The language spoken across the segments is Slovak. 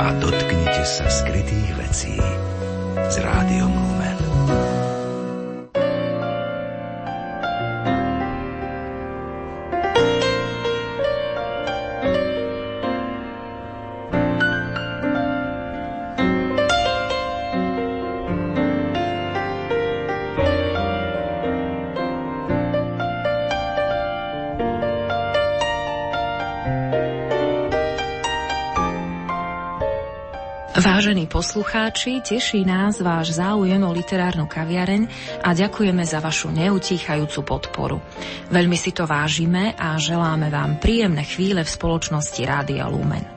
a dotknite sa skrytých vecí s Rádiom Lumen. Vážení poslucháči, teší nás váš záujem o literárnu kaviareň a ďakujeme za vašu neutíchajúcu podporu. Veľmi si to vážime a želáme vám príjemné chvíle v spoločnosti Rádia Lumen.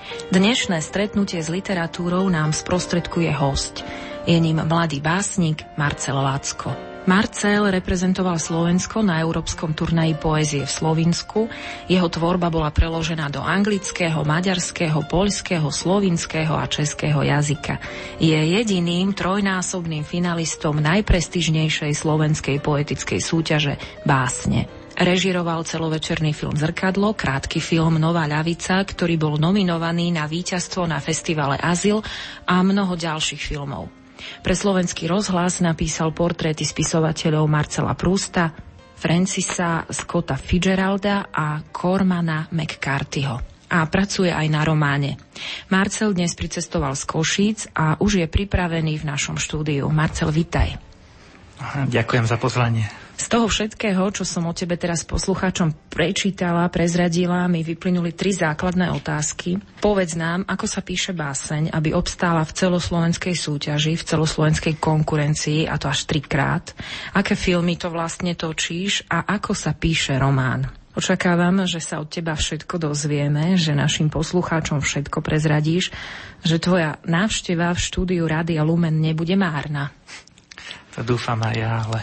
Dnešné stretnutie s literatúrou nám sprostredkuje hosť. Je ním mladý básnik Marcel Lacko. Marcel reprezentoval Slovensko na európskom turnaji poézie v Slovinsku. Jeho tvorba bola preložená do anglického, maďarského, poľského, slovinského a českého jazyka. Je jediným trojnásobným finalistom najprestižnejšej slovenskej poetickej súťaže Básne. Režiroval celovečerný film Zrkadlo, krátky film Nová ľavica, ktorý bol nominovaný na víťazstvo na festivale Azyl a mnoho ďalších filmov. Pre Slovenský rozhlas napísal portréty spisovateľov Marcela Prousta, Francisa Scotta Fitzgeralda a Cormana McCarthyho. A pracuje aj na románe. Marcel dnes pricestoval z Košíc a už je pripravený v našom štúdiu. Marcel, vitaj. Ďakujem za pozvanie. Z toho všetkého, čo som o tebe teraz poslucháčom prečítala, prezradila, mi vyplynuli 3 základné otázky. Povedz nám, ako sa píše báseň, aby obstála v celoslovenskej súťaži, v celoslovenskej konkurencii, a to až 3-krát. Aké filmy to vlastne točíš a ako sa píše román? Očakávam, že sa od teba všetko dozvieme, že našim poslucháčom všetko prezradíš, že tvoja návšteva v štúdiu Rádia Lumen nebude márna. To dúfam aj ja, ale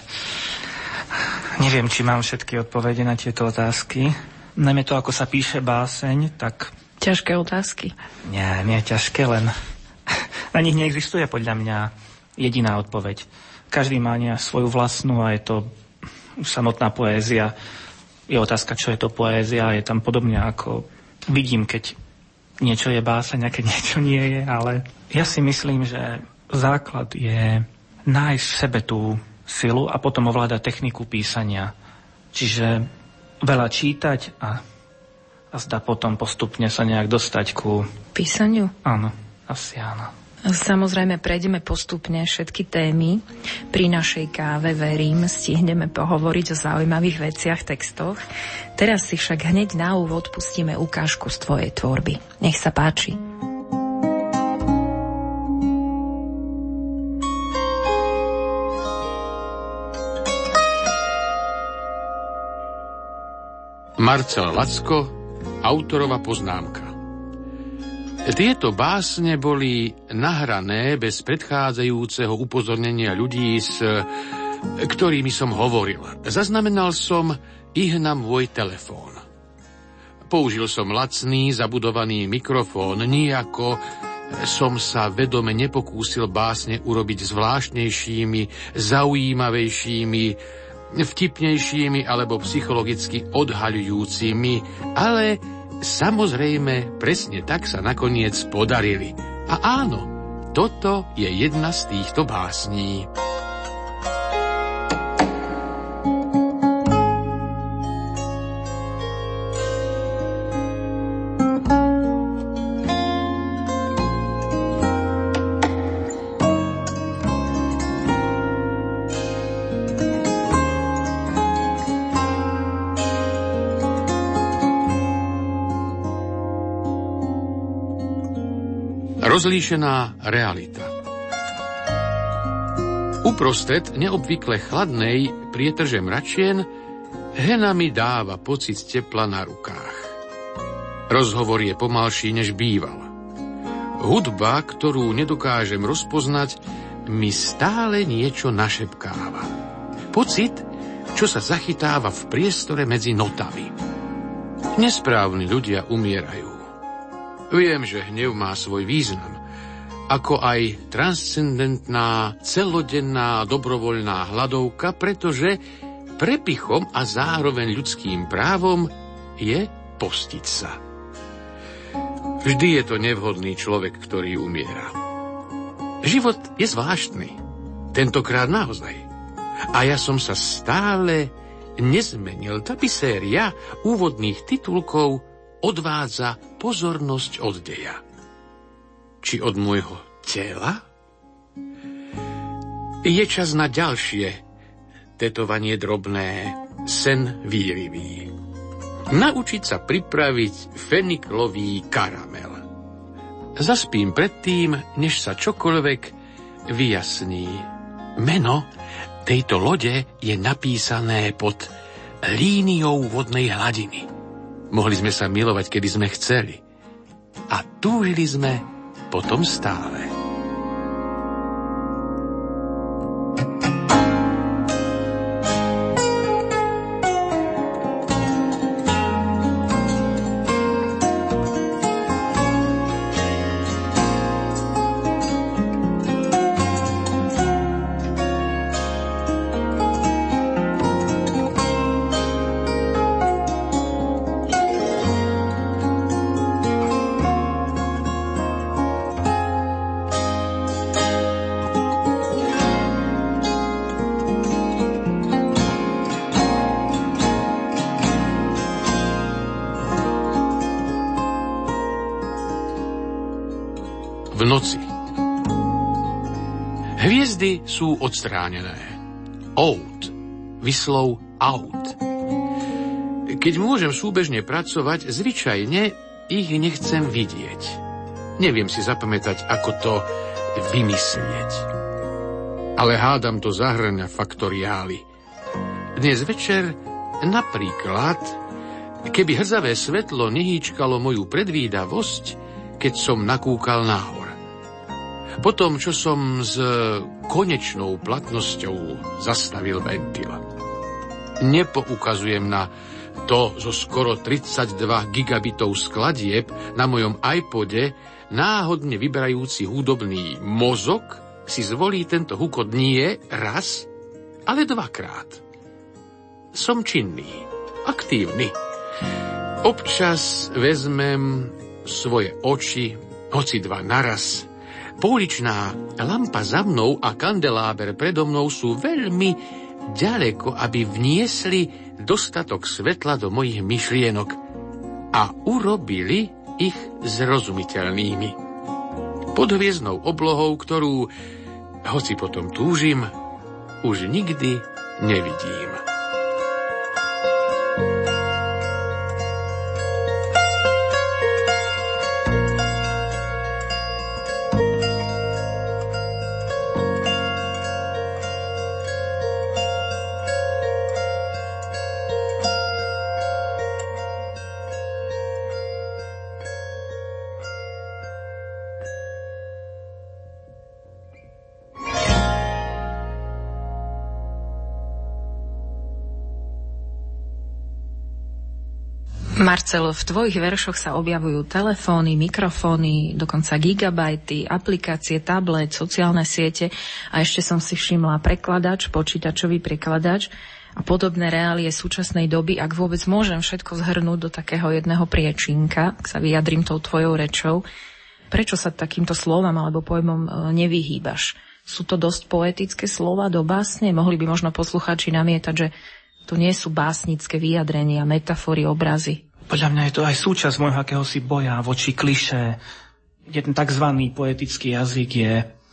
neviem, či mám všetky odpovede na tieto otázky. Najmä to, ako sa píše báseň, tak... Ťažké otázky? Nie ťažké, len na nich neexistuje podľa mňa jediná odpoveď. Každý má svoju vlastnú a je to samotná poézia. Je otázka, čo je to poézia, je tam podobne ako vidím, keď niečo je báseň a keď niečo nie je, ale ja si myslím, že základ je nájsť v sebe tú silu a potom ovládať techniku písania. Čiže veľa čítať a zdá potom postupne sa nejak dostať ku... Písaniu? Áno, asi áno. Samozrejme, prejdeme postupne všetky témy. Pri našej káve, verím, stihneme pohovoriť o zaujímavých veciach, textoch. Teraz si však hneď na úvod pustíme ukážku z tvojej tvorby. Nech sa páči. Marcel Lacko, autorova poznámka. Tieto básne boli nahrané bez predchádzajúceho upozornenia ľudí, s ktorými som hovoril. Zaznamenal som ich na môj telefón. Použil som lacný, zabudovaný mikrofón, nijako som sa vedome nepokúsil básne urobiť zvláštnejšími, zaujímavejšími, vtipnejšími alebo psychologicky odhaľujúcimi, ale samozrejme presne tak sa nakoniec podarili. A áno, toto je jedna z týchto básní. Rozlíšená realita. Uprostred neobvykle chladnej prietrže mračien hena mi dáva pocit tepla na rukách. Rozhovor je pomalší, než býval. Hudba, ktorú nedokážem rozpoznať, mi stále niečo našepkáva. Pocit, čo sa zachytáva v priestore medzi notami. Nesprávni ľudia umierajú. Viem, že hnev má svoj význam, ako aj transcendentná, celodenná, dobrovoľná hladovka, pretože prepichom a zároveň ľudským právom je postiť sa. Vždy je to nevhodný človek, ktorý umiera. Život je zvláštny. Tentokrát naozaj. A ja som sa stále nezmenil. Tapiséria úvodných titulkov odvádza pozornosť od deja. Či od môjho tela? Je čas na ďalšie tetovanie drobné, sen výrivý. Naučiť sa pripraviť feniklový karamel. Zaspím predtým, než sa čokoľvek vyjasní. Meno tejto lode je napísané pod líniou vodnej hladiny. Mohli sme sa milovať, kedy sme chceli. A túžili sme potom stále. V noci. Hviezdy sú odstránené. Out. Vyslov out. Keď môžem súbežne pracovať, zvyčajne ich nechcem vidieť. Neviem si zapamätať, ako to vymyslieť. Ale hádam to zahrňa faktoriály. Dnes večer napríklad, keby hrzavé svetlo nehýčkalo moju predvídavosť, keď som nakúkal nahor. Potom, čo som s konečnou platnosťou zastavil ventil. Nepoukazujem na to zo skoro 32 gigabitov skladieb na mojom iPode náhodne vyberajúci hudobný mozog si zvolí tento hukot nie raz, ale dvakrát. Som činný, aktívny. Občas vezmem svoje oči, hoci dva naraz. Pouličná lampa za mnou a kandeláber predo mnou sú veľmi ďaleko, aby vniesli dostatok svetla do mojich myšlienok a urobili ich zrozumiteľnými. Pod hviezdnou oblohou, ktorú, hoci potom túžim, už nikdy nevidím. Marcel, v tvojich veršoch sa objavujú telefóny, mikrofóny, dokonca gigabajty, aplikácie, tablet, sociálne siete a ešte som si všimla prekladač, počítačový prekladač a podobné reálie súčasnej doby. Ak vôbec môžem všetko zhrnúť do takého jedného priečinka, ak sa vyjadrím tou tvojou rečou, prečo sa takýmto slovám alebo pojmom nevyhýbaš? Sú to dosť poetické slova do básne? Mohli by možno poslucháči namietať, že to nie sú básnické vyjadrenia, metafory, obrazy. Podľa mňa je to aj súčasť môjho akéhosi boja voči klišé. Jeden takzvaný poetický jazyk je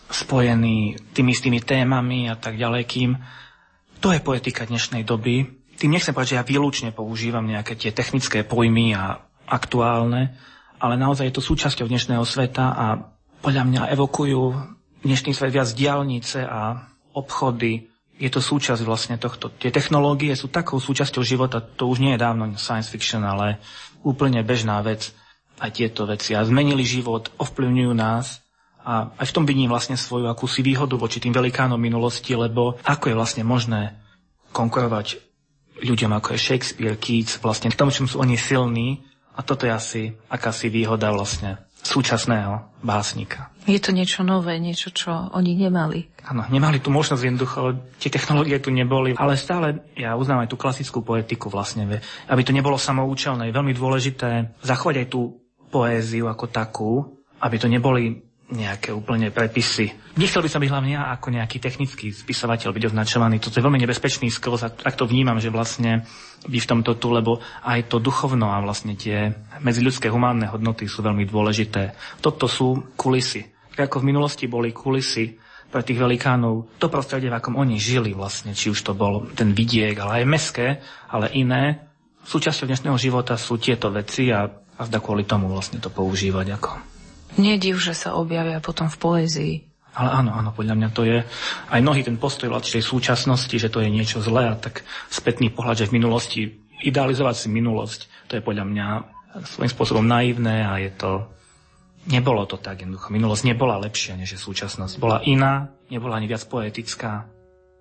spojený tými istými témami a tak ďalej, kým to je poetika dnešnej doby. Tým nechcem povedať, že ja výlučne používam nejaké tie technické pojmy a aktuálne, ale naozaj je to súčasťou dnešného sveta a podľa mňa evokujú dnešný svet viac diaľnice a obchody. Je to súčasť vlastne tohto. Tie technológie sú takou súčasťou života, to už nie je dávno science fiction, ale úplne bežná vec. Aj tieto veci. A zmenili život, ovplyvňujú nás a aj v tom vidím vlastne svoju akúsi výhodu voči tým velikánom minulosti, lebo ako je vlastne možné konkurovať ľuďom ako je Shakespeare, Keats, vlastne v tom, čom sú oni silní a toto je asi akási výhoda vlastne súčasného básnika. Je to niečo nové, niečo, čo oni nemali. Áno, nemali tú možnosť jednoducho, tie technológie tu neboli, ale stále ja uznám aj tú klasickú poetiku vlastne, aby to nebolo samoučelné. Je veľmi dôležité zachovať aj tú poéziu ako takú, aby to neboli nejaké úplne prepisy. Nechcel by som byť hlavne ja ako nejaký technický spisovateľ byť označovaný. Toto je veľmi nebezpečný skills, ak to vnímam, že vlastne by v tomto tu, lebo aj to duchovno a vlastne tie medziľudské humánne hodnoty sú veľmi dôležité. Toto sú kulisy. Ako v minulosti boli kulisy pre tých velikánov, to prostredie, v akom oni žili vlastne, či už to bol ten vidiek, ale aj mestské, ale iné. Súčasťou dnešného života sú tieto veci a zda kvôli tomu vlastne to používať ako. Nediv, že sa objavia potom v poézii. Ale áno, podľa mňa to je aj mnohý ten postoj v súčasnosti, že to je niečo zlé a tak spätný pohľad, že v minulosti, idealizovať si minulosť, to je podľa mňa svojím spôsobom naivné a je to, nebolo to tak jednoducho. Minulosť nebola lepšia, než je súčasnosť. Bola iná, nebola ani viac poetická.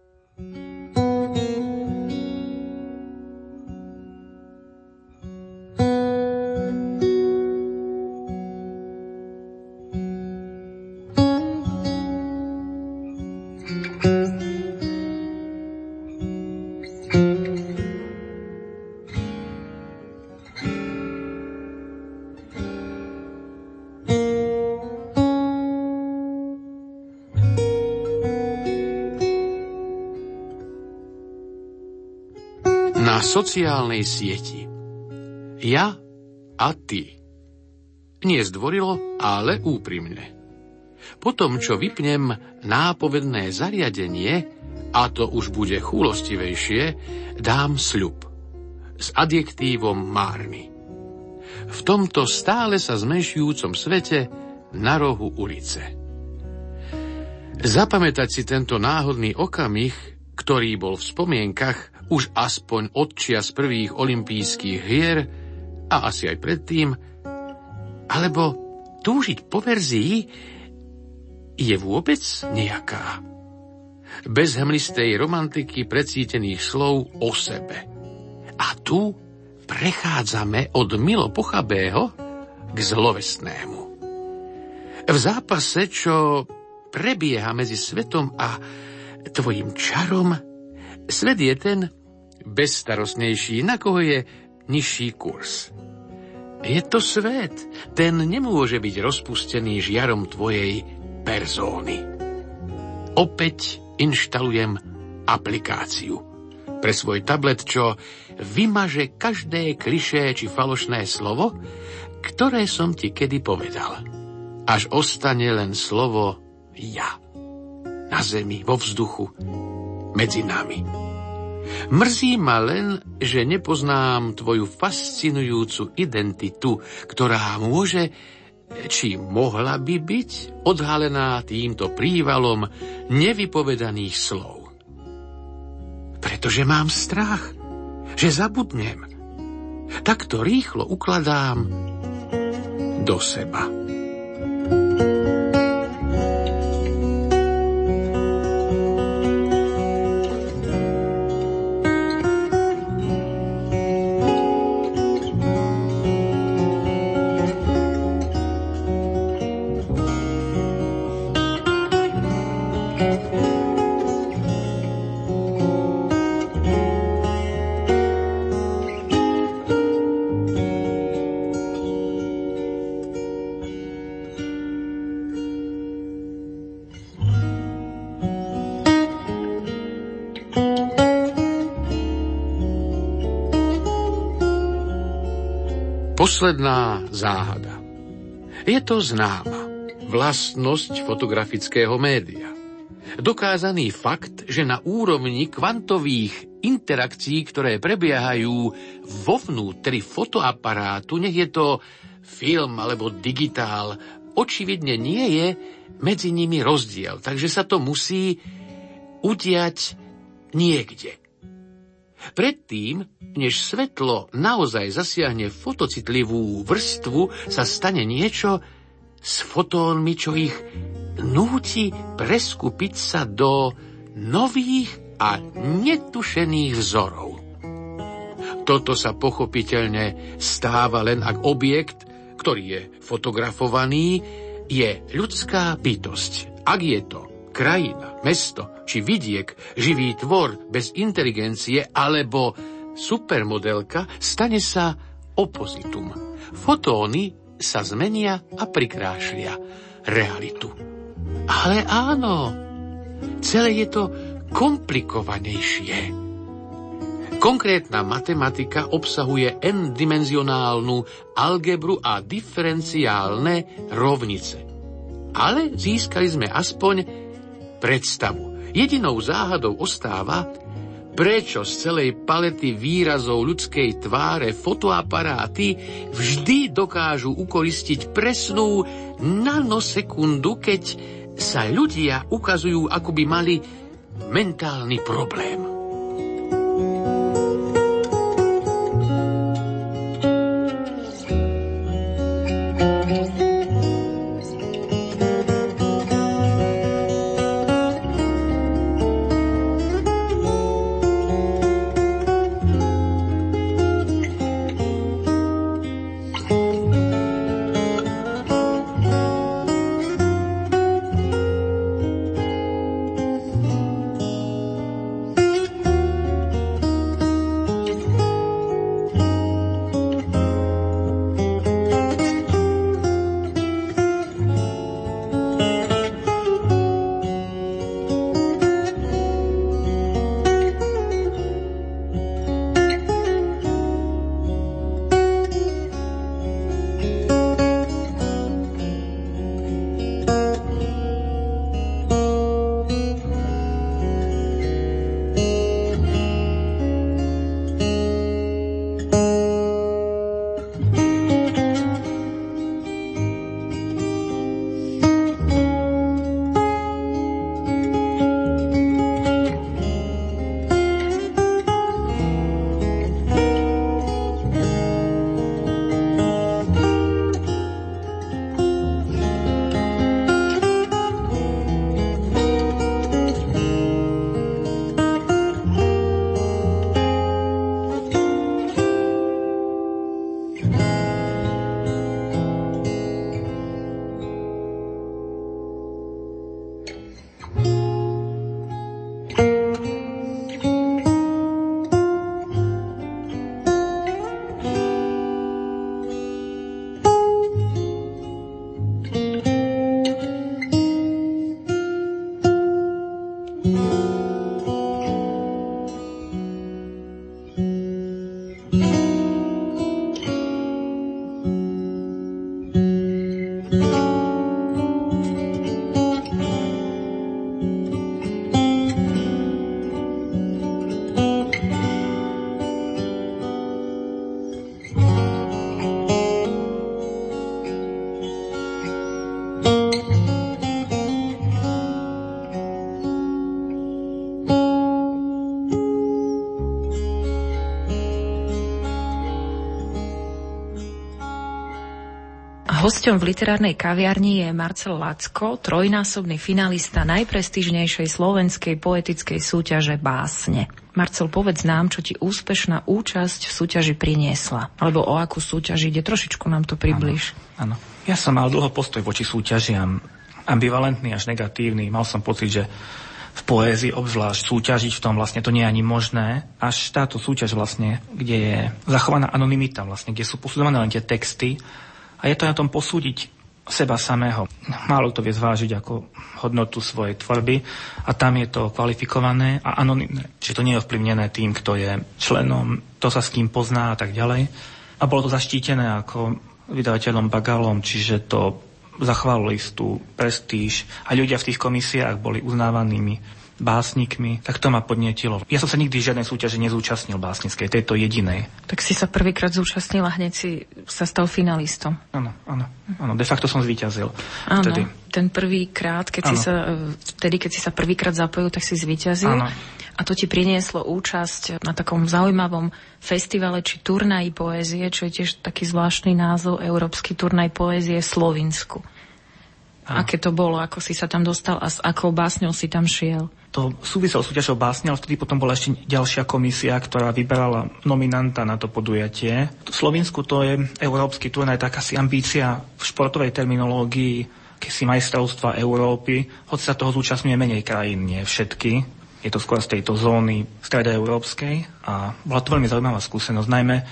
Na sociálnej sieti. Ja a ty. Nie zdvorilo, ale úprimne. Potom, čo vypnem nápovedné zariadenie, a to už bude chúlostivejšie, dám sľub. S adjektívom márny. V tomto stále sa zmenšujúcom svete na rohu ulice. Zapamätať si tento náhodný okamih, ktorý bol v spomienkach už aspoň od čias prvých olympijských hier a asi aj predtým, alebo túžiť po verzii je vôbec nejaká. Bez hmlistej romantiky precítených slov o sebe. A tu prechádzame od milo pochabého k zlovestnému. V zápase, čo prebieha medzi svetom a tvojim čarom, svet je ten bezstarostnejší, na koho je nižší kurz. Je to svet, ten nemôže byť rozpustený žiarom tvojej persóny. Opäť inštalujem aplikáciu pre svoj tablet, čo vymaže každé klišé či falošné slovo, ktoré som ti kedy povedal. Až ostane len slovo ja. Na zemi, vo vzduchu, medzi nami. Mrzí ma len, že nepoznám tvoju fascinujúcu identitu, ktorá môže, či mohla by byť, odhalená týmto prívalom nevypovedaných slov. Pretože mám strach, že zabudnem. Tak to rýchlo ukladám do seba. Posledná záhada. Je to známa vlastnosť fotografického média. Dokázaný fakt, že na úrovni kvantových interakcií, ktoré prebiehajú vo vnútri fotoaparátu, nech je to film alebo digitál, očividne nie je medzi nimi rozdiel. Takže sa to musí udiať niekde. Predtým, než svetlo naozaj zasiahne fotocitlivú vrstvu, sa stane niečo s fotónmi, čo ich núti preskupiť sa do nových a netušených vzorov. Toto sa pochopiteľne stáva len ak objekt, ktorý je fotografovaný, je ľudská bytosť. Ak je to krajina, mesto či vidiek, živý tvor bez inteligencie alebo supermodelka, stane sa opozitum. Fotóny sa zmenia a prikrášlia realitu. Ale áno, celé je to komplikovanejšie. Konkrétna matematika obsahuje n-dimenzionálnu algebru a diferenciálne rovnice. Ale získali sme aspoň predstavu. Jedinou záhadou ostáva, prečo z celej palety výrazov ľudskej tváre fotoaparáty vždy dokážu ukoristiť presnú nanosekundu, keď sa ľudia ukazujú, ako by mali mentálny problém. Hosťom v literárnej kaviarni je Marcel Lacko, trojnásobný finalista najprestížnejšej slovenskej poetickej súťaže Básne. Marcel, povedz nám, čo ti úspešná účasť v súťaži priniesla. Alebo o akú súťaž ide, trošičku nám to približ. Áno. Ja som mal dlho postoj voči súťažiam, ambivalentný až negatívny. Mal som pocit, že v poézii obzvlášť súťažiť v tom vlastne to nie je ani možné. Až táto súťaž vlastne, kde je zachovaná anonymita vlastne, kde sú posúdované len tie texty, a je to na tom posúdiť seba samého. Málo to vie zvážiť ako hodnotu svojej tvorby a tam je to kvalifikované a anonymné. Čiže to nie je ovplyvnené tým, kto je členom, to sa s kým pozná a tak ďalej. A bolo to zaštítené ako vydavateľom Bagálom, čiže to zachovalo istú prestíž a ľudia v tých komisiách boli uznávanými básnikmi, tak to ma podnietilo. Ja som sa nikdy v žiadnej súťaži nezúčastnil básnickej, tejto jedinej. Tak si sa prvýkrát zúčastnil a hneď si sa stal finalistom. Áno, de facto som zvíťazil. Áno, ten prvýkrát, keď si sa prvýkrát zapojil, tak si zvíťazil. Áno. A to ti prinieslo účasť na takom zaujímavom festivale či turnaji poézie, čo je tiež taký zvláštny názov, Európsky turnaj poézie v Slovinsku. Aké to bolo, ako si sa tam dostal a s akou básňou si tam šiel? To súviselo súťažou básne, ale vtedy potom bola ešte ďalšia komisia, ktorá vyberala nominanta na to podujatie. V Slovinsku to je Európsky turnaj, taká si ambícia v športovej terminológii, akési majstrovstva Európy, hoci sa toho zúčastňuje menej krajín, nie všetky. Je to skôr z tejto zóny stredoeurópskej a bola to veľmi zaujímavá skúsenosť, najmä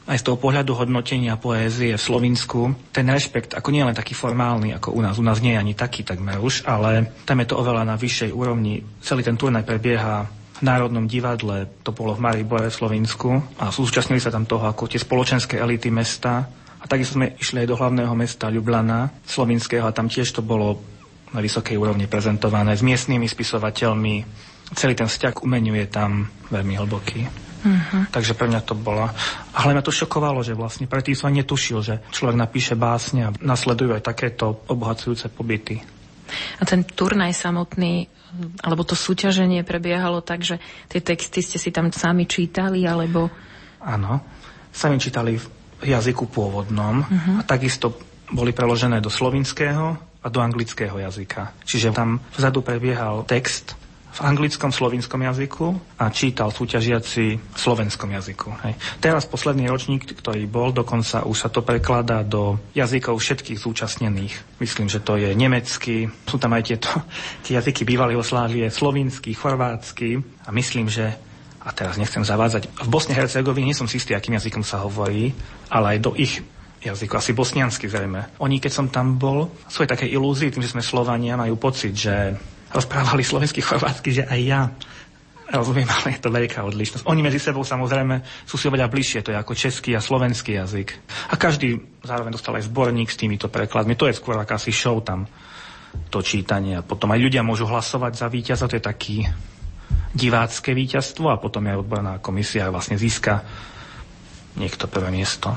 aj z toho pohľadu hodnotenia poézie v Slovinsku, ten rešpekt, ako nie len taký formálny, ako u nás nie je ani taký takmer už, ale tam je to oveľa na vyššej úrovni. Celý ten turnaj prebieha v Národnom divadle, to bolo v Maribore v Slovinsku a súčasnili sa tam toho ako tie spoločenské elity mesta. A takisto sme išli aj do hlavného mesta Ljubljana slovinského a tam tiež to bolo na vysokej úrovni prezentované s miestnymi spisovateľmi. Celý ten vzťah k umeniu je tam veľmi hlboký. Takže pre mňa to bolo. A hlavne ma to šokovalo, že vlastne predtým som netušil, že človek napíše básne a nasledujú aj takéto obohacujúce pobyty. A ten turnaj samotný, alebo to súťaženie prebiehalo tak, že tie texty ste si tam sami čítali, alebo... Áno, sami čítali v jazyku pôvodnom a takisto boli preložené do slovinského a do anglického jazyka. Čiže tam vzadu prebiehal text v anglickom, slovinskom jazyku a čítal súťažiaci v slovenskom jazyku. Hej. Teraz posledný ročník, ktorý bol, dokonca už sa to prekladá do jazykov všetkých zúčastnených. Myslím, že to je nemecký, sú tam aj tie jazyky bývalej Jugoslávie, slovínsky, chorvátsky a myslím, že, a teraz nechcem zavádzať, v Bosne Hercegovine nie som si istý, akým jazykom sa hovorí, ale aj do ich jazyku, asi bosniansky zrejme. Oni, keď som tam bol, sú aj také ilúzie, tým, že sme Slovania, majú pocit, že rozprávali slovenský, chorvátsky, že aj ja rozumiem, ale je to veľká odlišnosť. Oni medzi sebou samozrejme sú si oveľa bližšie, to je ako český a slovenský jazyk. A každý zároveň dostal aj zborník s týmito prekladmi. To je skôr akási show tam, to čítanie. A potom aj ľudia môžu hlasovať za víťaza, to je taký divácké víťazstvo a potom aj odborná komisia vlastne získa niekto prvé miesto.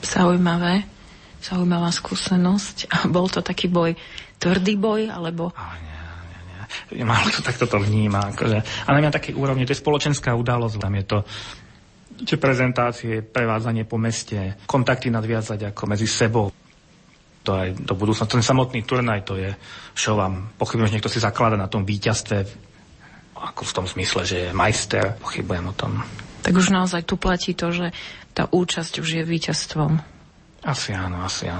Zaujímavá skúsenosť. A bol to taký boj, tvrdý boj, alebo... Málo to takto to vníma. Akože. A na mňa takej úrovni, to je spoločenská udalosť. Tam je to tie prezentácie, prevádzanie po meste, kontakty nadviazať ako medzi sebou. To aj do budúcnosti. Ten samotný turnaj, to je show. Pochybujem, že niekto si zaklada na tom víťazstve, ako v tom zmysle, že je majster. Pochybujem o tom. Tak už naozaj tu platí to, že tá účasť už je víťazstvom. Asi áno.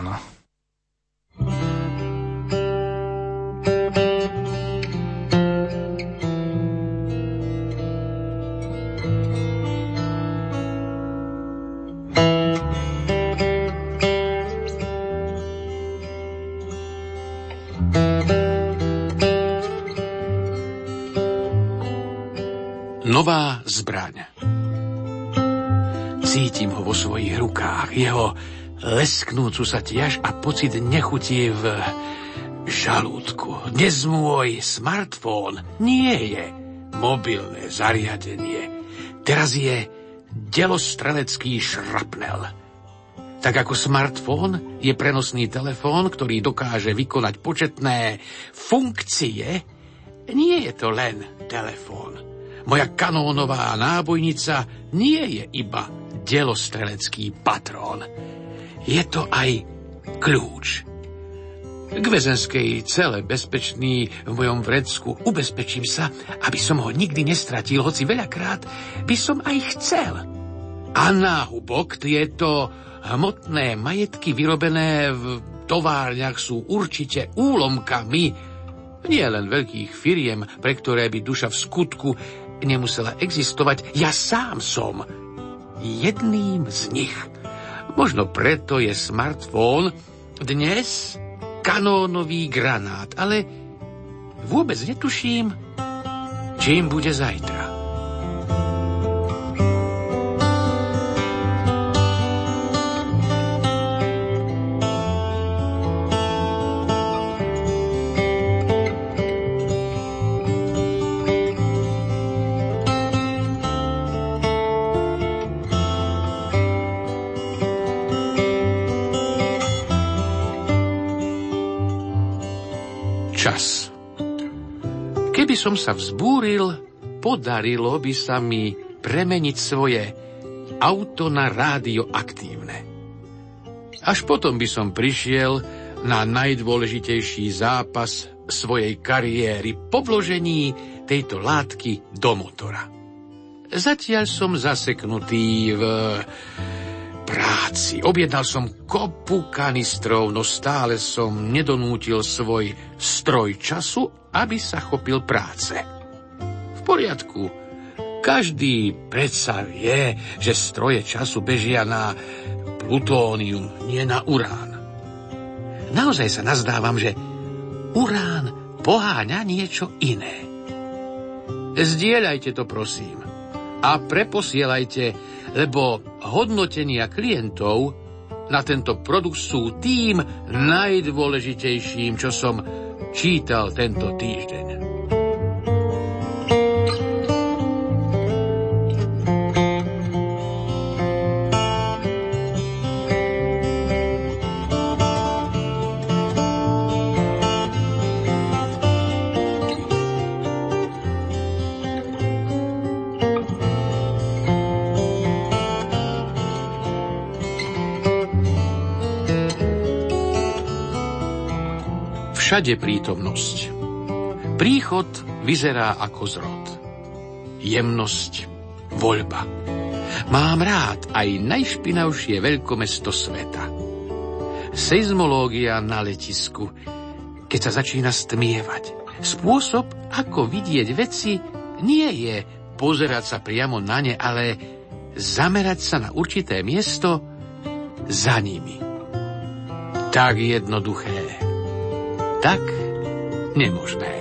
Nová zbraň. Cítim ho vo svojich rukách, jeho lesknúcu sa tiež a pocit nechutie v žalúdku. Dnes môj smartfón nie je mobilné zariadenie. Teraz je delostrelecký šrapnel. Tak ako smartfón je prenosný telefón, ktorý dokáže vykonať početné funkcie, nie je to len telefón. Moja kanónová nábojnica nie je iba delostrelecký patrón. Je to aj kľúč. K väzenskej cele bezpečný v mojom vrecku ubezpečím sa, aby som ho nikdy nestratil, hoci veľakrát by som aj chcel. A náhubok tieto hmotné majetky vyrobené v továrniach sú určite úlomkami nie len veľkých firiem, pre ktoré by duša v skutku nemusela existovať. Ja sám som jedným z nich. Možno preto je smartfón dnes kanónový granát, ale vôbec netuším, čím bude zajtra. Čas. Keby som sa vzbúril, podarilo by sa mi premeniť svoje auto na rádioaktívne. Až potom by som prišiel na najdôležitejší zápas svojej kariéry po vložení tejto látky do motora. Zatiaľ som zaseknutý v práci. Objednal som kopu kanistrov, no stále som nedonútil svoj stroj času, aby sa chopil práce. V poriadku. Každý predsa vie, že stroje času bežia na plutónium, nie na urán. Naozaj sa nazdávam, že urán poháňa niečo iné. Zdieľajte to, prosím, a preposielajte, lebo hodnotenia klientov na tento produkt sú tým najdôležitejším, čo som čítal tento týždeň. Všade prítomnosť. Príchod vyzerá ako zrod. Jemnosť, voľba. Mám rád aj najšpinavšie veľkomesto sveta. Seizmológia na letisku, keď sa začína stmievať. Spôsob, ako vidieť veci, nie je pozerať sa priamo na ne, ale zamerať sa na určité miesto za nimi. Tak jednoduché. Tak nemožné.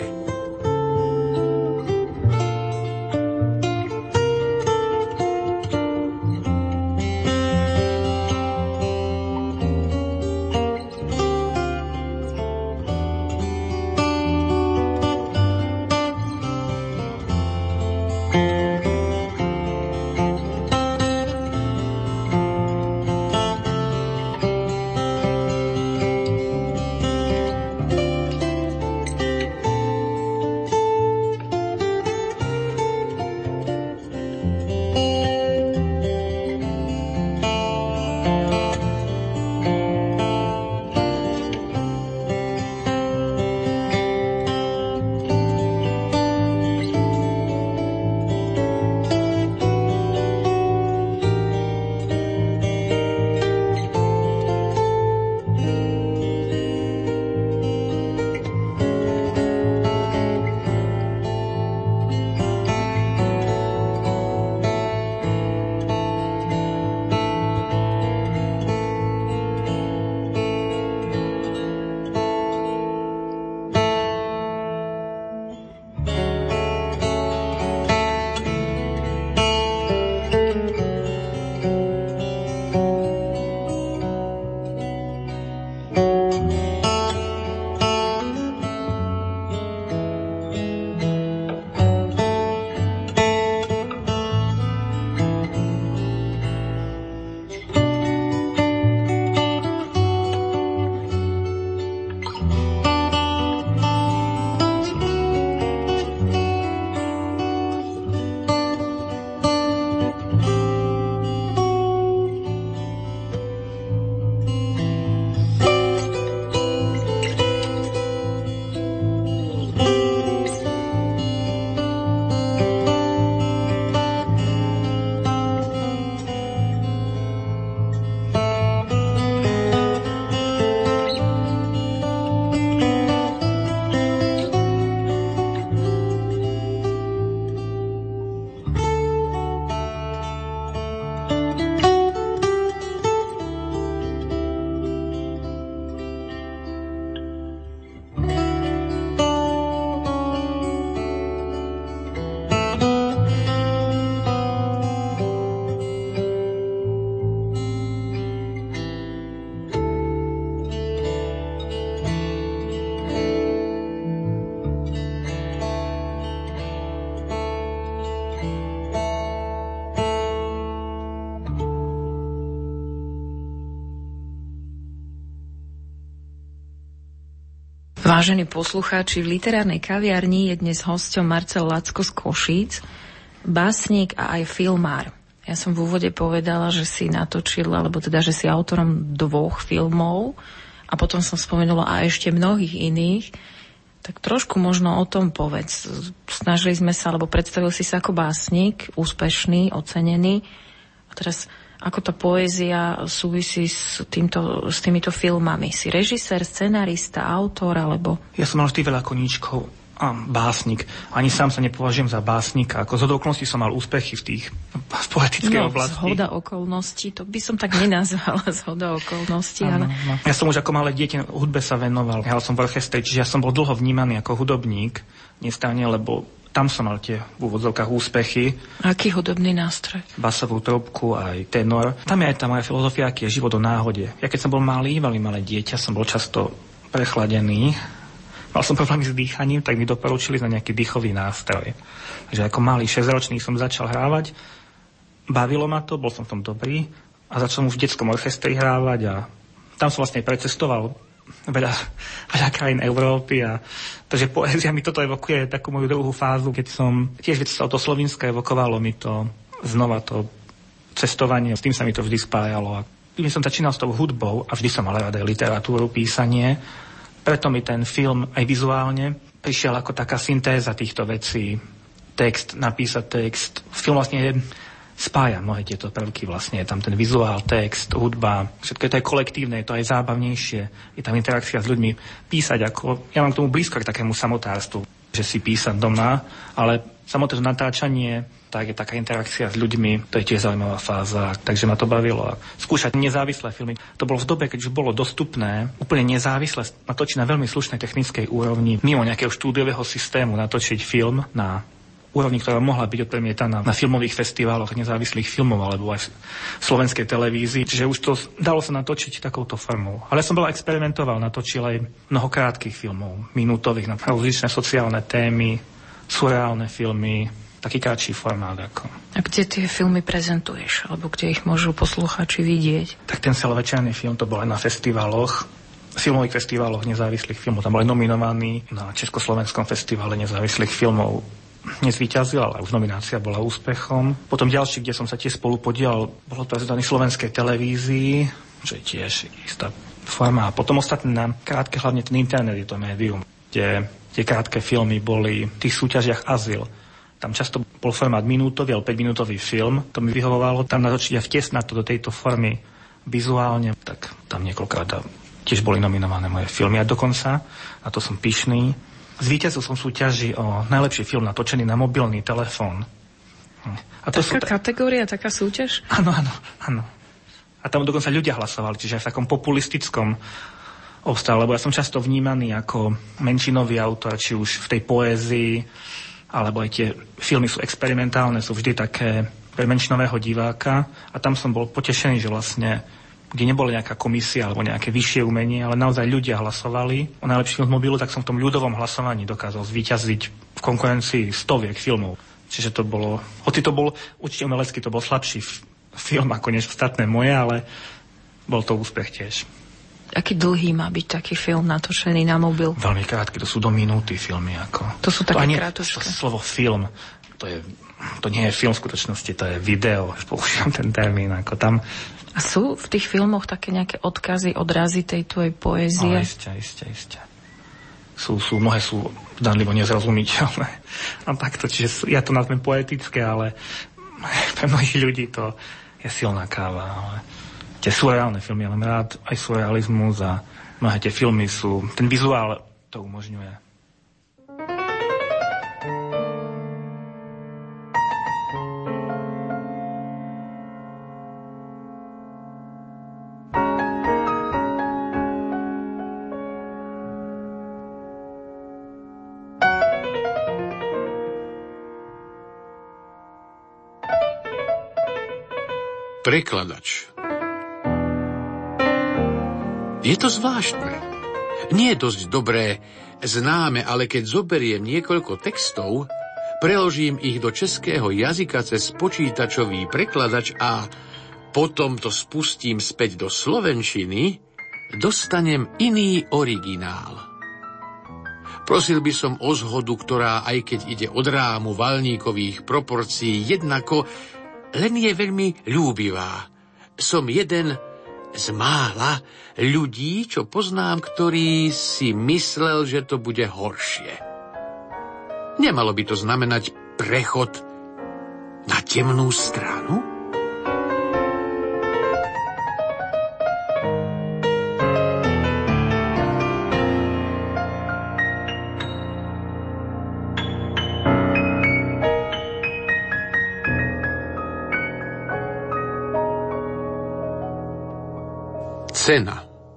Vážení poslucháči, v literárnej kaviarni je dnes hosťom Marcel Lacko z Košíc, básnik a aj filmár. Ja som v úvode povedala, že si natočil, alebo teda, že si autorom 2 filmov a potom som spomenula aj ešte mnohých iných. Tak trošku možno o tom povedz. Snažili sme sa, alebo predstavil si sa ako básnik, úspešný, ocenený. A teraz, ako tá poézia súvisí s týmito filmami? Si režisér, scenarista, autor, alebo... Ja som mal vždy veľa koníčkov. básnik. Ani sám sa nepovažujem za básnika. Ako zhodou okolností som mal úspechy v poetickej oblasti. Zhoda okolností, to by som tak nenazvala zhoda okolností. Ale... No. Ja som už ako malé dieťa hudbe sa venoval. Hral som v orchestre, čiže ja som bol dlho vnímaný ako hudobník. Nestane, lebo tam som mal tie v úvodzovkách úspechy. Aký hudobný nástroj? Basovú trúbku, aj tenor. Tam je aj tá moja filozofia, aký je život o náhode. Ja keď som bol malé dieťa, som bol často prechladený. Mal som problémy s dýchaním, tak mi doporučili na nejaký dýchový nástroj. Takže ako malý 6-ročný som začal hrávať. Bavilo ma to, bol som v tom dobrý a začal už v detskom orchestri hrávať a tam som vlastne precestoval veľa krajín Európy a takže poézia mi toto evokuje takú moju druhú fázu, keď som tiež sa o to Slovinsko evokovalo mi to znova to cestovanie, s tým sa mi to vždy spájalo. Keď som začínal s tou hudbou a vždy som mal rád aj literatúru, písanie, preto mi ten film aj vizuálne prišiel ako taká syntéza týchto vecí. Text, napísať text. Film vlastne spája mnohé tieto prvky vlastne. Je tam ten vizuál, text, hudba. Všetko je to aj kolektívne, je to aj zábavnejšie. Je tam interakcia s ľuďmi. Písať ako... Ja mám k tomu blízko k takému samotárstvu, že si písať doma, ale samotné natáčanie, tak je taká interakcia s ľuďmi, to je tiež zaujímavá fáza, takže ma to bavilo. Skúšať nezávislé filmy, to bolo v dobe, keď už bolo dostupné, úplne nezávisle natočiť na veľmi slušnej technickej úrovni, mimo nejakého štúdiového systému natočiť film na úrovni, ktorá mohla byť odpremietaná na filmových festivaloch nezávislých filmov alebo aj v slovenskej televízii. Čiže už to dalo sa natočiť takouto formou. Ale som experimentoval, natočil aj mnoho krátkych filmov, minútových, na rozličné sociálne témy, surreálne filmy, taký kratší formát. Ako. A kde tie filmy prezentuješ? Alebo kde ich môžu poslucháči vidieť? Tak ten celovečerný film to bol aj na festivaloch, filmových festivaloch nezávislých filmov. Tam boli nominovaní na Československom festivale nezávislých filmov. Nezvíťazil, ale už nominácia bola úspechom. Potom ďalší, kde som sa tiež spolu podielal, bolo prezentovaný Slovenskej televízii, čo je tiež istá forma. A potom ostatné na krátke, hlavne ten internet je to médium, kde tie krátke filmy boli v tých súťažiach Azyl. Tam často bol formát minútový, alebo 5-minútový film. To mi vyhovovalo. Tam natočiť a vtesnať to do tejto formy vizuálne. Tak tam niekoľkrát tiež boli nominované moje filmy. A dokonca, a to som pyšný, zvíťazil som súťaži o najlepší film natočený na mobilný telefón. A to taká kategória, taká súťaž? Áno. A tam dokonca ľudia hlasovali, čiže aj v takom populistickom obstave, lebo ja som často vnímaný ako menšinový autor, či už v tej poézii, alebo aj tie filmy sú experimentálne, sú vždy také pre menšinového diváka a tam som bol potešený, že vlastne kde nebola nejaká komisia alebo nejaké vyššie umenie, ale naozaj ľudia hlasovali o najlepší film z mobilu, tak som v tom ľudovom hlasovaní dokázal zvíťaziť v konkurencii stoviek filmov. Čiže to bolo, hoci to bol určite umelecky, to bol slabší film ako než ostatné moje, ale bol to úspech tiež. Aký dlhý má byť taký film natočený na mobil? Veľmi krátky, to sú do minúty filmy. Ako. To sú také krátučké. Slovo film, to nie je film v skutočnosti, to je video, až používam ten termín. Ako tam. A sú v tých filmoch také nejaké odkazy, odrazy tej tvojej poézie? Isté. Mnohé sú zdanlivo nezrozumiteľné. A takto, čiže ja to nazvem poetické, ale pre mnohých ľudí to je silná káva. Ale tie surreálne filmy, ja mám rád aj surrealizmus a mnohé tie filmy sú, ten vizuál to umožňuje. Prekladač. Je to zvláštne. Nie je dosť dobré, známe, ale keď zoberiem niekoľko textov, preložím ich do českého jazyka cez počítačový prekladač a potom to spustím späť do slovenčiny, dostanem iný originál. Prosil by som o zhodu, ktorá, aj keď ide od rámu valníkových proporcií jednako, len je veľmi ľúbivá. Som jeden z mála ľudí, čo poznám, ktorý si myslel, že to bude horšie. Nemalo by to znamenať prechod na temnú stranu? Cena.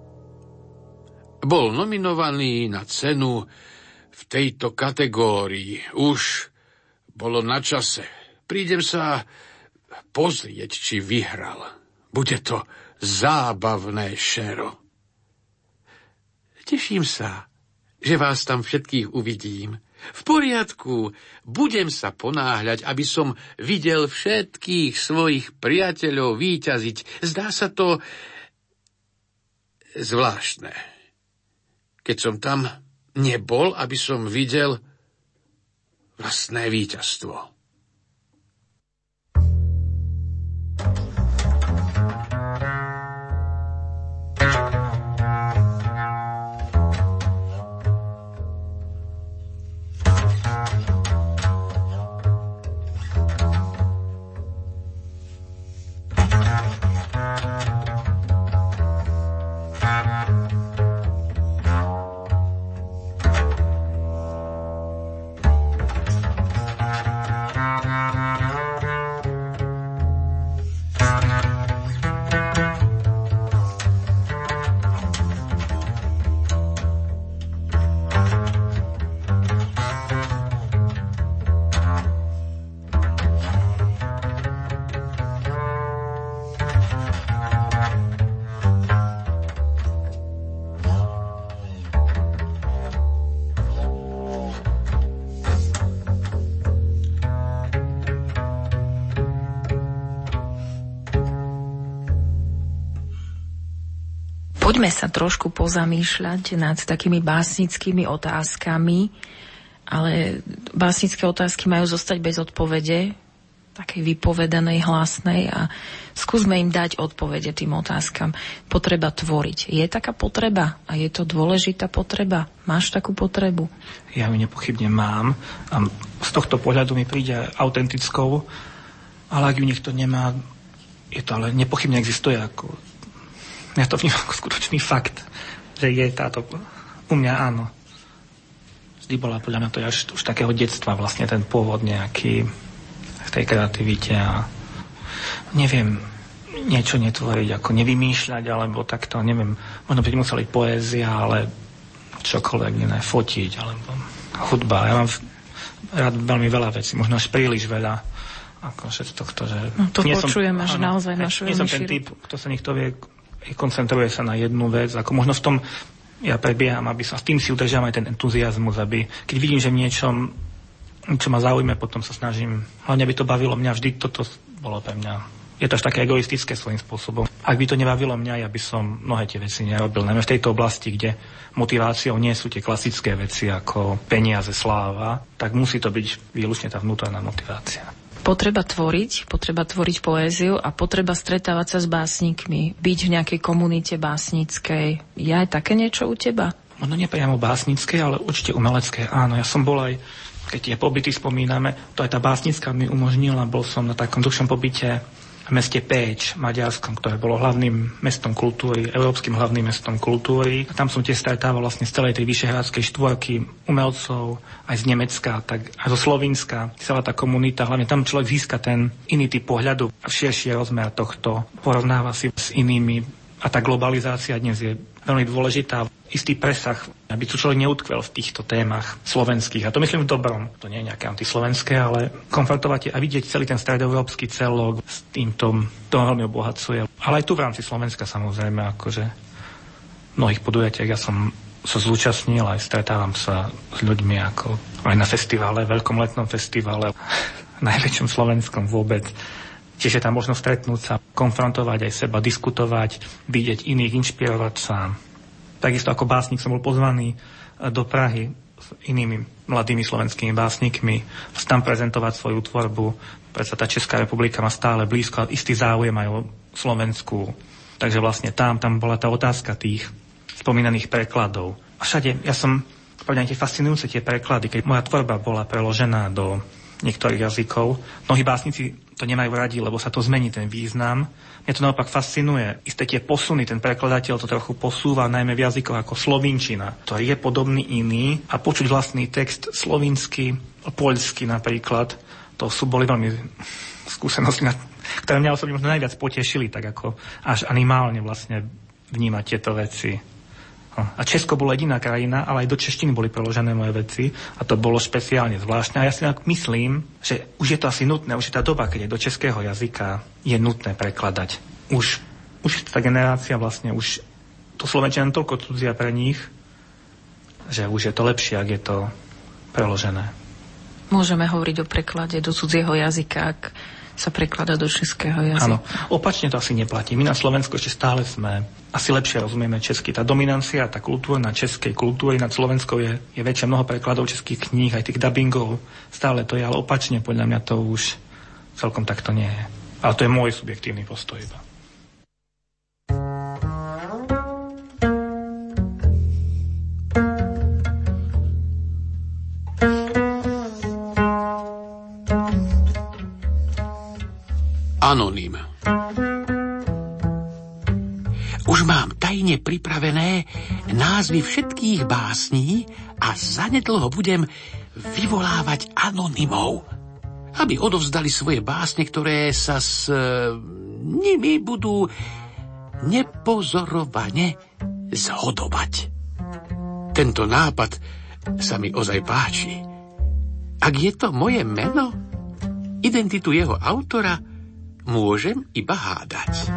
Bol nominovaný na cenu v tejto kategórii. Už bolo na čase. Prídem sa pozrieť, či vyhral. Bude to zábavné, Šero. Teším sa, že vás tam všetkých uvidím. V poriadku, budem sa ponáhľať, aby som videl všetkých svojich priateľov víťaziť. Zdá sa to zvláštne. Keď som tam nebol, aby som videl vlastné víťazstvo. Poďme sa trošku pozamýšľať nad takými básnickými otázkami, ale básnické otázky majú zostať bez odpovede, takej vypovedanej, hlasnej, a skúsme im dať odpovede tým otázkam. Potreba tvoriť. Je taká potreba? A je to dôležitá potreba? Máš takú potrebu? Ja ju nepochybne mám. A z tohto pohľadu mi príde autentickou, ale ak ju niekto nemá, je to ale nepochybne existuje ako... Ja to vnímam ako skutočný fakt, že je táto... U mňa áno. Vždy bola podľa mňa to až už takého detstva vlastne ten pôvod nejaký v tej kreativite a neviem niečo netvoriť, ako nevymýšľať, alebo takto, neviem, možno by musela byť poézia, ale čokoľvek iné, fotiť, alebo hudba. Ja mám rád veľmi veľa vecí, možno až príliš veľa, ako všetko tohto, že... No to počujeme, že naozaj máš veľmi širokú. Nie som ten typ, kto sa niekto vie... koncentruje sa na jednu vec, ako možno v tom ja prebieham, aby sa s tým si udržam aj ten entuziazmus, aby keď vidím, že niečo ma zaujme, potom sa snažím, hlavne by to bavilo mňa, vždy toto bolo pre mňa, je to až také egoistické svojím spôsobom. Ak by to nebavilo mňa, ja by som mnohé tie veci nerobil, najmä v tejto oblasti, kde motiváciou nie sú tie klasické veci ako peniaze, sláva, tak musí to byť výlučne tá vnútorná motivácia. Potreba tvoriť poéziu a potreba stretávať sa s básnikmi, byť v nejakej komunite básnickej. Je aj také niečo u teba? Ono nie priamo básnické, ale určite umelecké. Áno, ja som bol aj, keď tie pobyty spomíname, to aj tá básnická mi umožnila. Bol som na takom dlhšom pobyte v meste Péč, Maďarskom, ktoré bolo hlavným mestom kultúry, európskym hlavným mestom kultúry. A tam som tiež stretával vlastne z celej tej vyšehradskej štvorky umelcov, aj z Nemecka, tak aj zo Slovinska. Celá tá komunita, hlavne tam človek získa ten iný typ pohľadu a širší rozmer tohto, porovnáva si s inými. A tá globalizácia dnes je veľmi dôležitá. Istý presah, aby tu človek neutkvel v týchto témach slovenských. A to myslím v dobrom. To nie je nejaké antislovenské, ale konfrontovať a vidieť celý ten stredoeurópsky celok s týmto, to veľmi obohacuje. Ale aj tu v rámci Slovenska samozrejme, akože v mnohých podujatiach ja som sa zúčastnil, aj stretávam sa s ľuďmi ako aj na festivale, veľkom letnom festivale, najväčšom slovenskom vôbec. Čiže tam možno stretnúť sa, konfrontovať aj seba, diskutovať, vidieť iných, inšpirovať sa. Takisto ako básnik som bol pozvaný do Prahy s inými mladými slovenskými básnikmi, tam prezentovať svoju tvorbu. Predsa tá Česká republika má stále blízko a istý záujem aj o Slovensku. Takže vlastne tam bola tá otázka tých spomínaných prekladov. A všade, ja som povedal, tie fascinujúce tie preklady, keď moja tvorba bola preložená do niektorých jazykov. Mnohí básnici to nemajú radi, lebo sa to zmení ten význam. Mňa to naopak fascinuje. Isté tie posuny, ten prekladateľ to trochu posúva, najmä v jazykoch ako slovinčina, ktorý je podobný iný a počuť vlastný text slovinsky, poľsky napríklad, to boli veľmi skúsenosti, ktoré mňa osobne možno najviac potešili, tak ako až animálne vlastne vnímať tieto veci. A Česko bolo jediná krajina, ale aj do češtiny boli preložené moje veci a to bolo špeciálne zvláštne. A ja si myslím, že už je to asi nutné, už je tá doba, keď je do českého jazyka je nutné prekladať. Už tá generácia vlastne, už to slovenčina je toľko cudzia pre nich, že už je to lepšie, ak je to preložené. Môžeme hovoriť o preklade do cudzieho jazyka, ak sa prekladá do českého jazyka. Áno, opačne to asi neplatí. My na Slovensku ešte stále sme, asi lepšie rozumieme česky. Tá dominancia, tá kultúra na českej kultúry nad Slovenskou je väčšia, mnoho prekladov českých kníh, aj tých dubbingov. Stále to je, ale opačne podľa mňa to už celkom takto nie je. Ale to je môj subjektívny postoj iba. Anonym. Už mám tajne pripravené názvy všetkých básní a zanedlho budem vyvolávať anonymov, aby odovzdali svoje básne, ktoré sa s nimi budú nepozorovane zhodovať. Tento nápad sa mi ozaj páči. Ak je to moje meno, identitu jeho autora môžem iba hádať.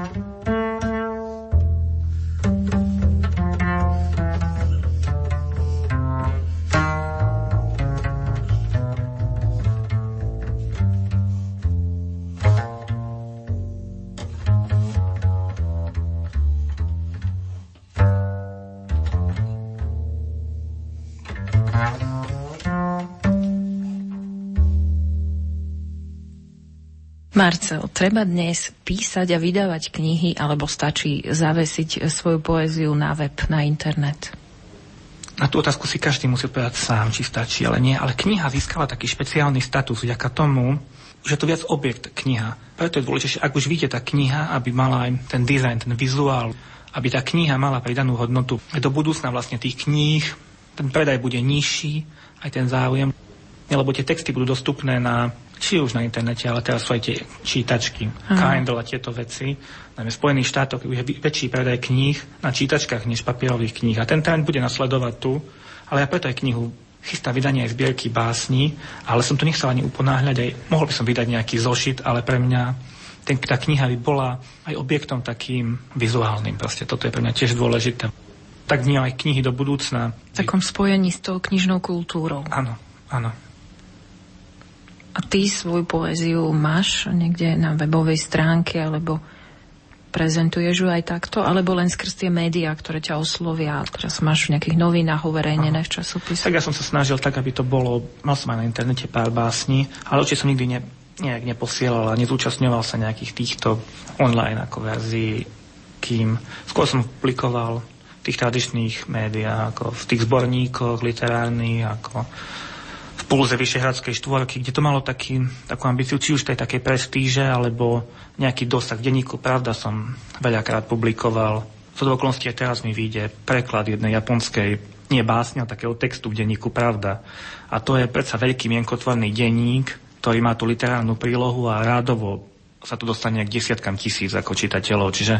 Marcel, treba dnes písať a vydávať knihy, alebo stačí zavesiť svoju poéziu na web, na internet? Na tú otázku si každý musí povedať sám, či stačí, ale nie. Ale kniha získala taký špeciálny status vďaka tomu, že to viac objekt kniha. Preto je dôležité, ak už vidíte tá kniha, aby mala aj ten dizajn, ten vizuál, aby tá kniha mala pridanú hodnotu. Do budúcna vlastne tých kníh, ten predaj bude nižší, aj ten záujem, lebo tie texty budú dostupné či už na internete, ale teraz sú aj tie čítačky, Kindle a tieto veci. Najmä v Spojených štátoch už je väčší predaj kníh na čítačkách než papierových kníh. A ten trend bude nasledovať tu, ale ja preto aj knihu chystá vydanie aj zbierky básni, ale som to nechcel ani uponáhľať, aj mohol by som vydať nejaký zošit, ale pre mňa tá kniha by bola aj objektom takým vizuálnym. Proste toto je pre mňa tiež dôležité. Tak vnímam aj knihy do budúcna. V takom spojení s tou knižnou kultúrou. Áno, áno. A ty svoju poéziu máš niekde na webovej stránke, alebo prezentuješ ju aj takto, alebo len skrz tie médiá, ktoré ťa oslovia? Teraz máš v nejakých novinách uverejnené v časopisoch. Tak ja som sa snažil tak, aby to bolo, mal som aj na internete pár básní, ale určite som nikdy nejak neposielal a nezúčastňoval sa nejakých týchto online ako verzií, kým skôr som publikoval v tých tradičných médiách, ako v tých zborníkoch literárnych, ako v Pulze Vyšehradskej štvorky, kde to malo takú ambíciu, či už tej takej prestíže, alebo nejaký dosah. V denníku Pravda som veľakrát publikoval. V okolnosti aj teraz mi vyjde preklad jednej japonskej, nie básne, ale takého textu v denníku Pravda. A to je predsa veľký mienkotvorný denník, ktorý má tú literárnu prílohu a rádovo sa tu dostane k desiatkam tisíc ako čitateľov. Čiže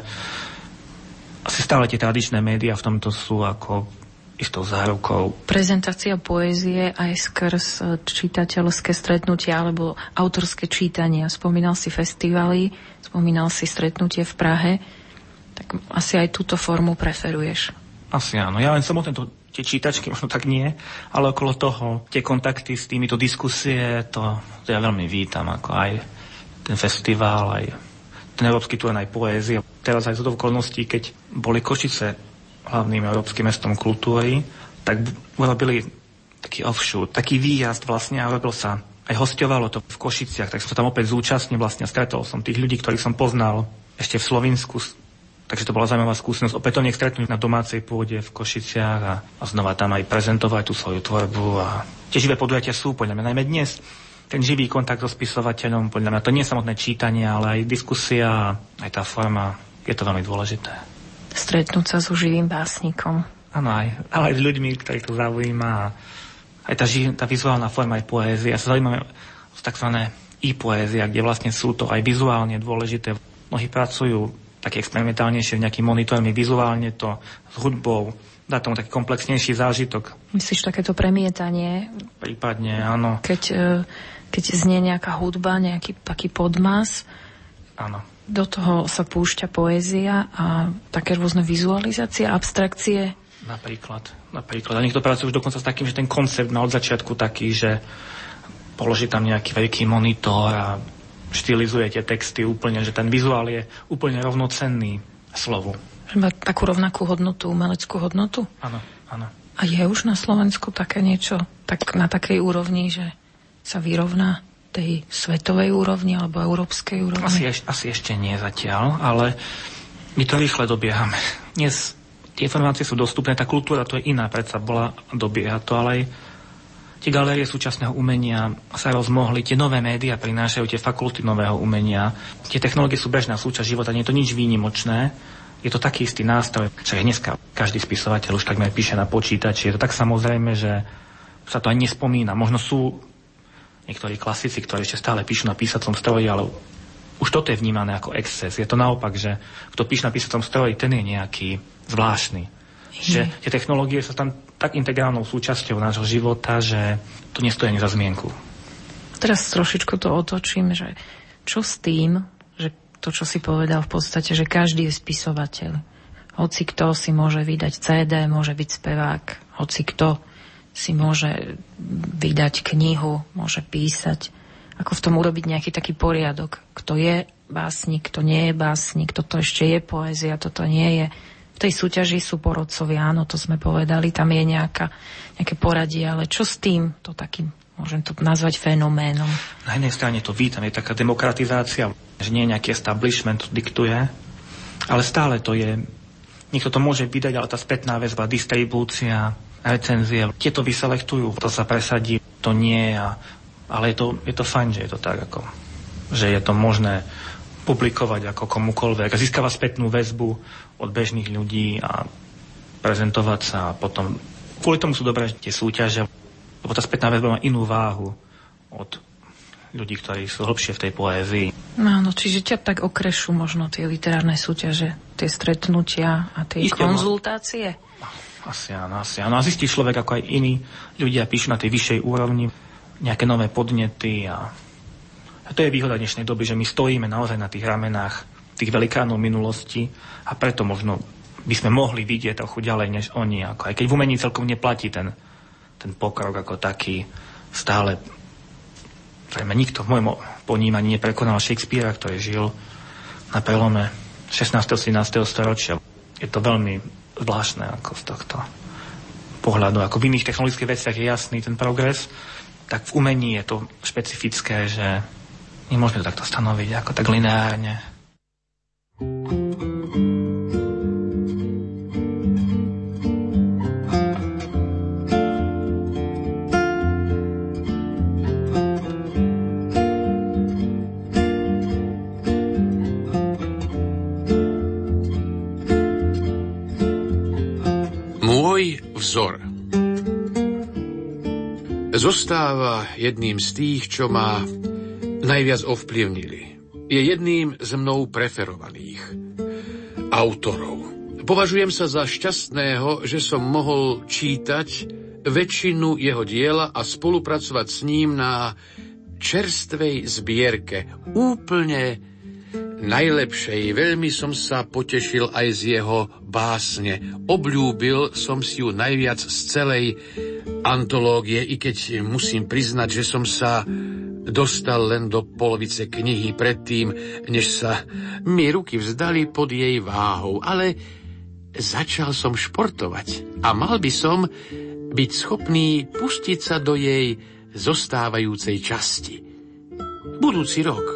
asi stále tie tradičné médiá v tomto sú ako istou zárukou. Prezentácia poézie aj skrz čitateľské stretnutia alebo autorské čítania. Spomínal si festivaly, spomínal si stretnutie v Prahe, tak asi aj túto formu preferuješ. Asi áno. Ja len samotné tie čítačky, možno tak nie, ale okolo toho tie kontakty s týmito diskusie, to ja veľmi vítam, ako aj ten festival, aj ten európsky turné aj poézie. Teraz aj z okolností, keď boli Košice hlavným európskym mestom kultúry, tak urobili taký offshoot, taký výjazd vlastne a robil sa, aj hosťovalo to v Košiciach, tak som sa tam opäť zúčastnil vlastne, stretol som tých ľudí, ktorých som poznal ešte v Slovinsku, takže to bola zaujímavá skúsenosť opätovne stretnúť na domácej pôde v Košiciach a znova tam aj prezentovať tú svoju tvorbu a tie živé podujatia sú podľa mňa najmä dnes ten živý kontakt so spisovateľom, podľa mňa to nie je samotné čítanie, ale aj diskusia, aj tá forma, je to veľmi dôležité. Stretnúť sa so živým básnikom. Áno, ale aj s ľuďmi, ktorých to zaujíma. Aj tá vizuálna forma, aj poézia. Ja sa zaujímam z takzvané i-poézia, kde vlastne sú to aj vizuálne dôležité. Mnohí pracujú také experimentálnejšie, nejakým monitormi, vizuálne to s hudbou, dá tomu taký komplexnejší zážitok. Myslíš takéto premietanie? Prípadne, áno. Keď znie nejaká hudba, nejaký taký podmas, áno. Do toho sa púšťa poézia a také rôzne vizualizácie, abstrakcie. Napríklad. A niekto pracuje už dokonca s takým, že ten koncept má od začiatku taký, že položí tam nejaký veľký monitor a štylizuje tie texty úplne, že ten vizuál je úplne rovnocenný slovu. Že má takú rovnakú hodnotu, umeleckú hodnotu? Áno. A je už na Slovensku také niečo tak na takej úrovni, že sa vyrovná tej svetovej úrovni alebo európskej úrovni? Asi ešte nie zatiaľ, ale my to rýchle dobiehame. Dnes tie informácie sú dostupné, tá kultúra to je iná, predsa bola, dobieha to, ale aj tie galérie súčasného umenia sa rozmohli, tie nové médiá prinášajú tie fakulty nového umenia. Tie technológie sú bežná súčasť života, nie je to nič výnimočné. Je to taký istý nástroj, čo je dneska každý spisovateľ už takmer píše na počítači. Je to tak samozrejme, že sa to aj nespomína. Možno sú niektorí klasici, ktorí ešte stále píšu na písacom stroji, ale už toto je vnímané ako exces. Je to naopak, že kto píše na písacom stroji, ten je nejaký zvláštny. Že tie technológie sú tam tak integrálnou súčasťou nášho života, že to nestojí ani za zmienku. Teraz trošičku to otočím, že čo s tým, že to, čo si povedal v podstate, že každý je spisovateľ. Hoci kto si môže vydať CD, môže byť spevák, hoci kto si môže vydať knihu, môže písať. Ako v tom urobiť nejaký taký poriadok. Kto je básnik, kto nie je básnik, toto ešte je poézia, toto nie je. V tej súťaži sú porodcovia, áno, to sme povedali, tam je nejaké poradie, ale čo s tým, to takým, môžem to nazvať fenoménom? Na jednej strane to vítam, je taká demokratizácia, že nie nejaký establishment to diktuje, ale stále to je, niekto to môže vydať, ale tá spätná väzba, distribúcia, recenzie, tieto vyselektujú, to sa presadí, to nie, ale je to fajn, že je to tak, ako, že je to možné publikovať ako komukoľvek a získava spätnú väzbu od bežných ľudí a prezentovať sa a potom, kvôli tomu sú dobré tie súťaže, lebo tá spätná väzba má inú váhu od ľudí, ktorí sú hlbšie v tej poézii. No, čiže ťa tak okrešú možno tie literárne súťaže, tie stretnutia a tie konzultácie? Asi áno. A zistí človek, ako aj iní ľudia píšu na tej vyššej úrovni nejaké nové podnety a to je výhoda dnešnej doby, že my stojíme naozaj na tých ramenách tých velikánov minulosti a preto možno by sme mohli vidieť trochu ďalej než oni. Aj keď v umení celkom neplatí ten pokrok ako taký stále. Zrejme nikto v môjom ponímaní neprekonal Shakespearea, ktorý žil na prelome 16. a 17. storočia. Je to veľmi zvláštne ako z tohto pohľadu. Ako v iných technologických veciach je jasný ten progres, tak v umení je to špecifické, že nemôžeme to takto stanoviť ako tak lineárne. Môj vzor zostáva jedným z tých, čo ma najviac ovplyvnili. Je jedným z mnou preferovaných autorov. Považujem sa za šťastného, že som mohol čítať väčšinu jeho diela a spolupracovať s ním na čerstvej zbierke. Úplne najlepšej. Veľmi som sa potešil aj z jeho básne. Obľúbil som si ju najviac z celej antológie, i keď musím priznať, že som sa dostal len do polovice knihy predtým, než sa mi ruky vzdali pod jej váhou. Ale začal som športovať a mal by som byť schopný pustiť sa do jej zostávajúcej časti. Budúci rok.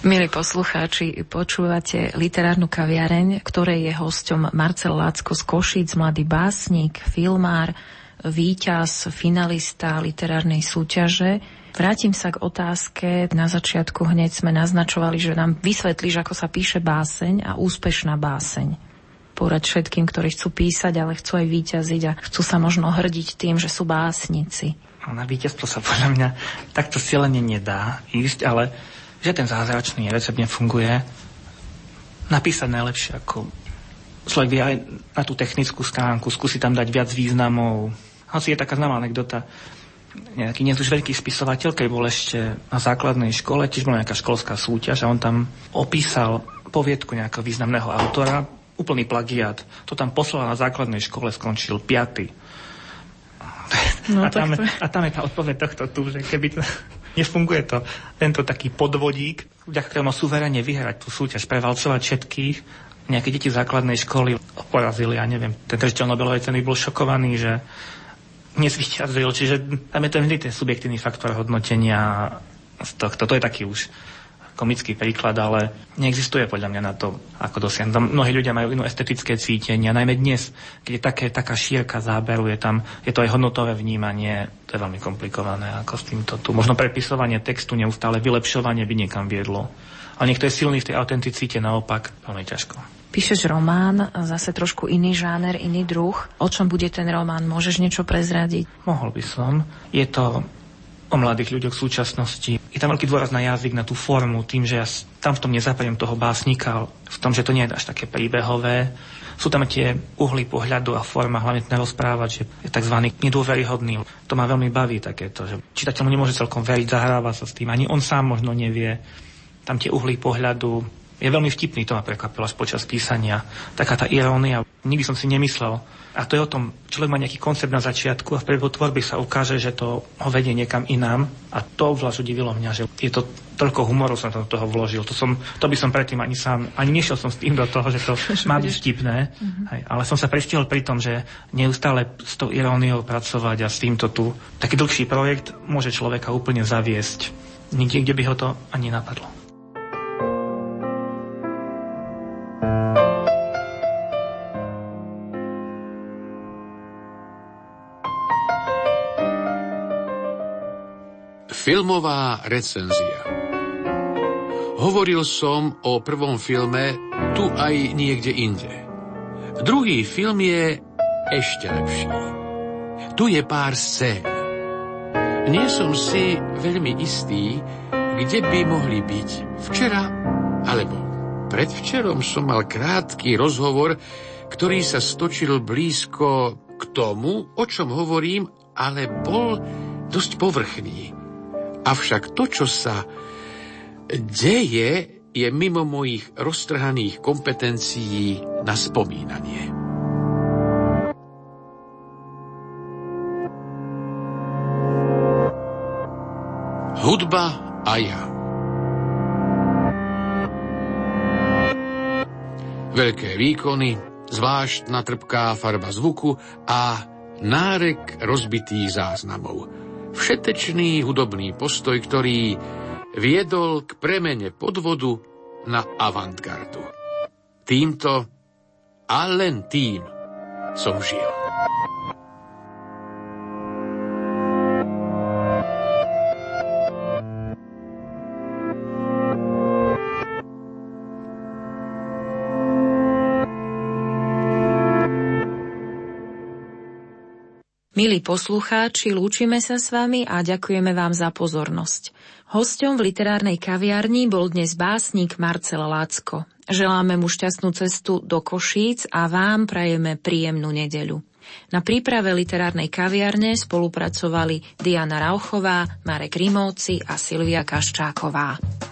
Milí poslucháči, počúvate literárnu kaviareň, ktorej je hosťom Marcel Lácko z Košíc, mladý básnik, filmár, víťaz, finalista literárnej súťaže. Vrátim sa k otázke. Na začiatku hneď sme naznačovali, že nám vysvetlíš, ako sa píše báseň a úspešná báseň. Porad všetkým, ktorí chcú písať, ale chcú aj víťaziť a chcú sa možno hrdiť tým, že sú básnici. Na víťazstvo sa podľa mňa takto silene nedá ísť, ale že ten zázračný recept nefunguje. Napísať najlepšie, ako človek vie aj na tú technickú stránku, skúsi tam dať viac významov. Hoci je taká známa anekdota, nejaký dnes už veľký spisovateľ, keď bol ešte na základnej škole, tiež bola nejaká školská súťaž a on tam opísal poviedku nejakého významného autora, úplný plagiát. To tam poslal na základnej škole, skončil 5. No, a tam je tá odpoveď tohto tu, že keby to... Nefunguje to. Tento taký podvodík, vďaka ktorému suverene vyhrať tú súťaž, prevalcovať všetkých. Nejaké deti základnej školy porazili, ja neviem. Ten držiteľ Nobelovej ceny bol šokovaný, že nezvíťazil. Čiže tam je to vždy ten subjektívny faktor hodnotenia z tohto. To je taký už komický príklad, ale neexistuje podľa mňa na to, ako dosiahnuť. Mnohí ľudia majú inú estetické cítenie, najmä dnes, keď je taká šírka záberu, je to aj hodnotové vnímanie, to je veľmi komplikované, ako s týmto tu. Možno prepisovanie textu, neustále vylepšovanie by niekam viedlo. Ale niekto je silný v tej autenticite, naopak, veľmi ťažko. Píšeš román, zase trošku iný žáner, iný druh. O čom bude ten román? Môžeš niečo prezradiť? Mohol by som. Je to o mladých ľuďoch v súčasnosti. Je tam veľký dôraz na jazyk, na tú formu, tým, že ja tam v tom nezapadnem toho básnika, v tom, že to nie je až také príbehové. Sú tam tie uhly pohľadu a forma, hlavne ten rozprávať, že je tzv. Nedôveryhodný. To ma veľmi baví takéto, že čitateľ mu nemôže celkom veriť, zahráva sa s tým, ani on sám možno nevie. Tam tie uhly pohľadu, je veľmi vtipný, to ma prekvapilo až počas písania. Taká tá irónia, nikdy som si nemyslel. A to je o tom, človek má nejaký koncept na začiatku a v priebehu tvorby sa ukáže, že to ho vedie niekam inám. A to obzvlášť udivilo mňa, že je to toľko humoru som do toho vložil. To by som predtým ani nešiel som s tým do toho, že to má byť vtipné. Hej, ale som sa prestihol pri tom, že neustále s tou iróniou pracovať a s týmto tu. Taký dlhší projekt môže človeka úplne zaviesť. Nikde, kde by ho to ani napadlo. Filmová recenzia. Hovoril som o prvom filme Tu aj niekde inde. Druhý film je ešte lepší. Tu je pár scén. Nie som si veľmi istý, kde by mohli byť. Včera alebo predvčerom som mal krátky rozhovor, ktorý sa stočil blízko k tomu, o čom hovorím, ale bol dosť povrchný. Avšak to, čo sa deje, je mimo mojich roztrhaných kompetencií na spomínanie. Hudba a ja. Veľké výkony, zvláštna trpká farba zvuku a nárek rozbitých záznamov. Všetečný hudobný postoj, ktorý viedol k premene podvodu na avantgardu. Týmto a len tým som žil. Milí poslucháči, lúčime sa s vami a ďakujeme vám za pozornosť. Hosťom v literárnej kaviarni bol dnes básnik Marcel Lácko. Želáme mu šťastnú cestu do Košíc a vám prajeme príjemnú nedeľu. Na príprave literárnej kaviarne spolupracovali Diana Rauchová, Marek Rimovci a Silvia Kaščáková.